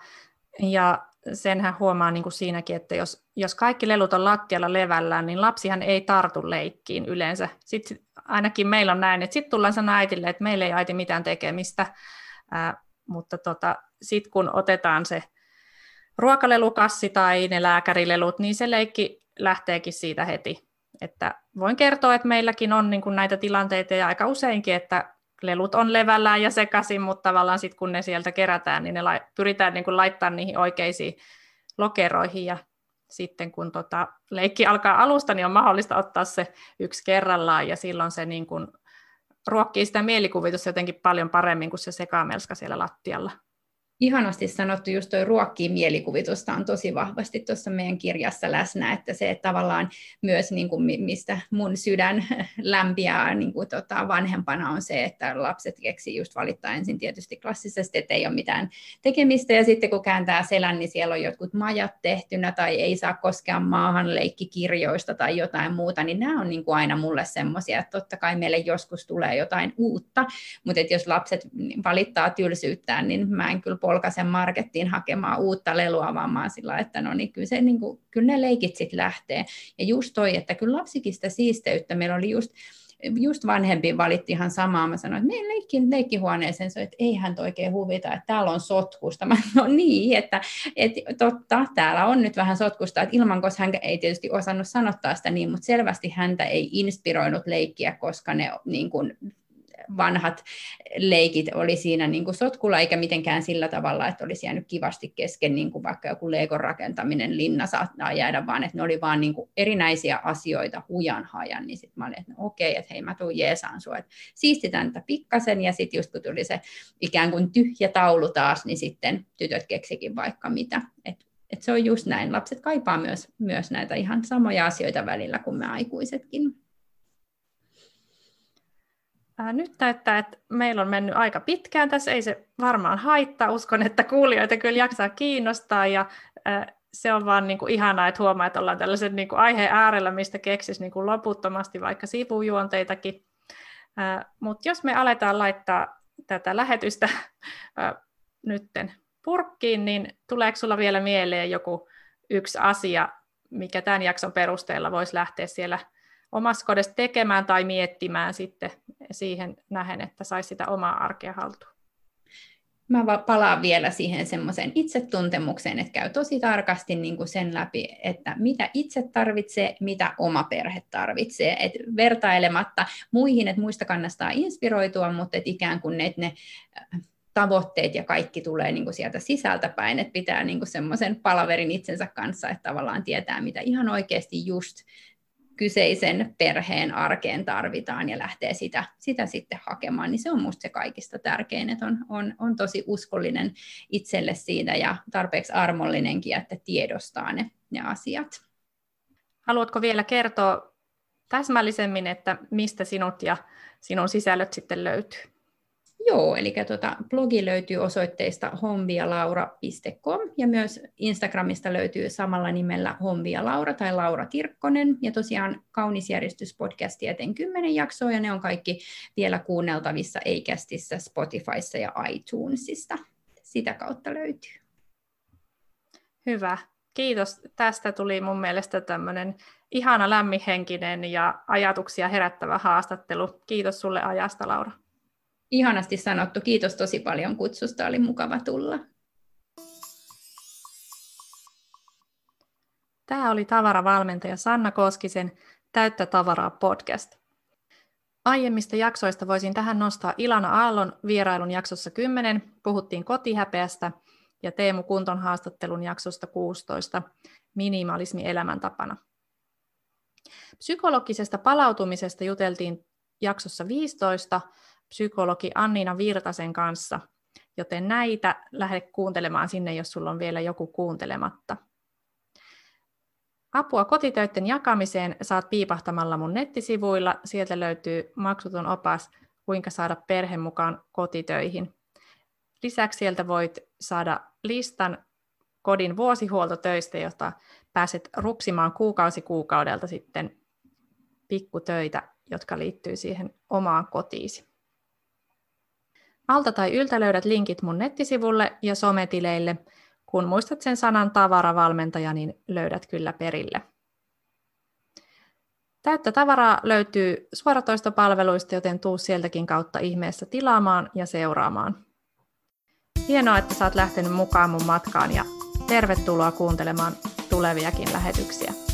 ja senhän huomaa niin kuin siinäkin, että jos, jos kaikki lelut on lattialla levällään, niin lapsihan ei tartu leikkiin yleensä. Sitten ainakin meillä on näin, että sitten tullaan sanoa äitille, että meillä ei äiti mitään tekemistä, Ää, mutta tota, sitten kun otetaan se ruokalelukassi tai ne lääkärilelut, niin se leikki lähteekin siitä heti. Että voin kertoa, että meilläkin on niin kuin näitä tilanteita ja aika useinkin, että lelut on levällään ja sekaisin, mutta tavallaan sitten kun ne sieltä kerätään, niin ne la- pyritään niin kuin laittamaan niihin oikeisiin lokeroihin ja sitten kun tota leikki alkaa alusta, niin on mahdollista ottaa se yksi kerrallaan ja silloin se niin kuin ruokkii sitä mielikuvitusta jotenkin paljon paremmin kuin se sekamelska siellä lattialla. Ihanasti sanottu, just tuo ruokkii mielikuvitusta on tosi vahvasti tuossa meidän kirjassa läsnä, että se että tavallaan myös, niin kuin, mistä mun sydän lämpiää niin kuin, tota, vanhempana on se, että lapset keksii just valittaa ensin tietysti klassisesti, että ei ole mitään tekemistä, ja sitten kun kääntää selän, niin siellä on jotkut majat tehtynä, tai ei saa koskea maahan leikkikirjoista tai jotain muuta, niin nämä on niin kuin aina mulle semmoisia, että totta kai meille joskus tulee jotain uutta, mutta että jos lapset valittaa tylsyyttään, niin mä en kyllä polkaisen markettiin hakemaan uutta lelua, vaan mä sillä, että no niin, kyllä, se, niin kuin, kyllä ne leikit sitten lähtee. Ja just toi, että kyllä lapsikin sitä siisteyttä, meillä oli just, just vanhempi valitti ihan samaa, mä sanoin, että meidän leikkiin leikkihuoneeseen, se, että eihän toi oikein huvita, että täällä on sotkusta. Mä no niin, että, että totta, täällä on nyt vähän sotkusta, että ilman, koska hän ei tietysti osannut sanottaa sitä niin, mutta selvästi häntä ei inspiroinut leikkiä, koska ne niin kuin vanhat leikit oli siinä niin kuin sotkulla, eikä mitenkään sillä tavalla, että olisi jäänyt kivasti kesken, niin kuin vaikka joku Legon rakentaminen, linna saattaa jäädä, vaan että ne oli vaan niin kuin erinäisiä asioita hujan hajan, niin sitten mä olin, että no okei, että hei, mä tuun jeesaan sua, että siistitään tätä pikkasen, ja sitten just kun tuli se ikään kuin tyhjä taulu taas, niin sitten tytöt keksikin vaikka mitä, että et se on just näin, lapset kaipaa myös, myös näitä ihan samoja asioita välillä kuin me aikuisetkin. Nyt näyttää, että meillä on mennyt aika pitkään tässä, ei se varmaan haittaa, uskon, että kuulijoita kyllä jaksaa kiinnostaa ja se on vaan niin kuin ihanaa, että huomaa, että ollaan tällaisen niin kuin aiheen äärellä, mistä keksisi niin kuin loputtomasti vaikka sivujuonteitakin, mutta jos me aletaan laittaa tätä lähetystä nytten purkkiin, niin tuleeko sulla vielä mieleen joku yksi asia, mikä tämän jakson perusteella voisi lähteä siellä omassa kodissa tekemään tai miettimään sitten siihen nähen, että saisi sitä omaa arkea haltuun? Mä palaan vielä siihen semmoiseen itsetuntemukseen, että käy tosi tarkasti niin kuin sen läpi, että mitä itse tarvitsee, mitä oma perhe tarvitsee. Et vertailematta muihin, että muista kannattaa inspiroitua, mutta et ikään kuin ne, ne tavoitteet ja kaikki tulee niin kuin sieltä sisältä päin, että pitää niin kuin semmoisen palaverin itsensä kanssa, että tavallaan tietää, mitä ihan oikeasti just kyseisen perheen arkeen tarvitaan ja lähtee sitä, sitä sitten hakemaan, niin se on musta se kaikista tärkein, että on, on, on tosi uskollinen itselle siitä ja tarpeeksi armollinenkin, että tiedostaa ne, ne asiat. Haluatko vielä kertoa täsmällisemmin, että mistä sinut ja sinun sisällöt sitten löytyy? Joo, eli tuota, blogi löytyy osoitteista hombialaura piste com ja myös Instagramista löytyy samalla nimellä hombialaura tai Laura Tirkkonen. Ja tosiaan Kaunis järjestys podcast tieteen kymmenen jaksoa ja ne on kaikki vielä kuunneltavissa Acastissa, Spotifyssa ja iTunesista. Sitä kautta löytyy. Hyvä. Kiitos. Tästä tuli mun mielestä tämmöinen ihana lämminhenkinen ja ajatuksia herättävä haastattelu. Kiitos sulle ajasta, Laura. Ihanasti sanottu. Kiitos tosi paljon kutsusta. Oli mukava tulla. Tämä oli tavaravalmentaja Sanna Koskisen Täyttä tavaraa podcast. Aiemmista jaksoista voisin tähän nostaa Ilana Aallon vierailun jaksossa kymmenen. Puhuttiin kotihäpeästä ja Teemu Kunton haastattelun jaksosta kuusitoista. Minimalismi elämäntapana. Psykologisesta palautumisesta juteltiin jaksossa viisitoista. Psykologi Anniina Virtasen kanssa, joten näitä lähde kuuntelemaan sinne, jos sulla on vielä joku kuuntelematta. Apua kotitöiden jakamiseen saat piipahtamalla mun nettisivuilla. Sieltä löytyy maksuton opas, kuinka saada perhe mukaan kotitöihin. Lisäksi sieltä voit saada listan kodin vuosihuoltotöistä, jota pääset ruksimaan kuukausi kuukaudelta sitten pikkutöitä, jotka liittyy siihen omaan kotiisi. Alta tai yltä löydät linkit mun nettisivulle ja sometileille. Kun muistat sen sanan tavaravalmentaja, niin löydät kyllä perille. Täyttä tavaraa löytyy suoratoistopalveluista, joten tuu sieltäkin kautta ihmeessä tilaamaan ja seuraamaan. Hienoa, että sä oot lähtenyt mukaan mun matkaan ja tervetuloa kuuntelemaan tuleviakin lähetyksiä.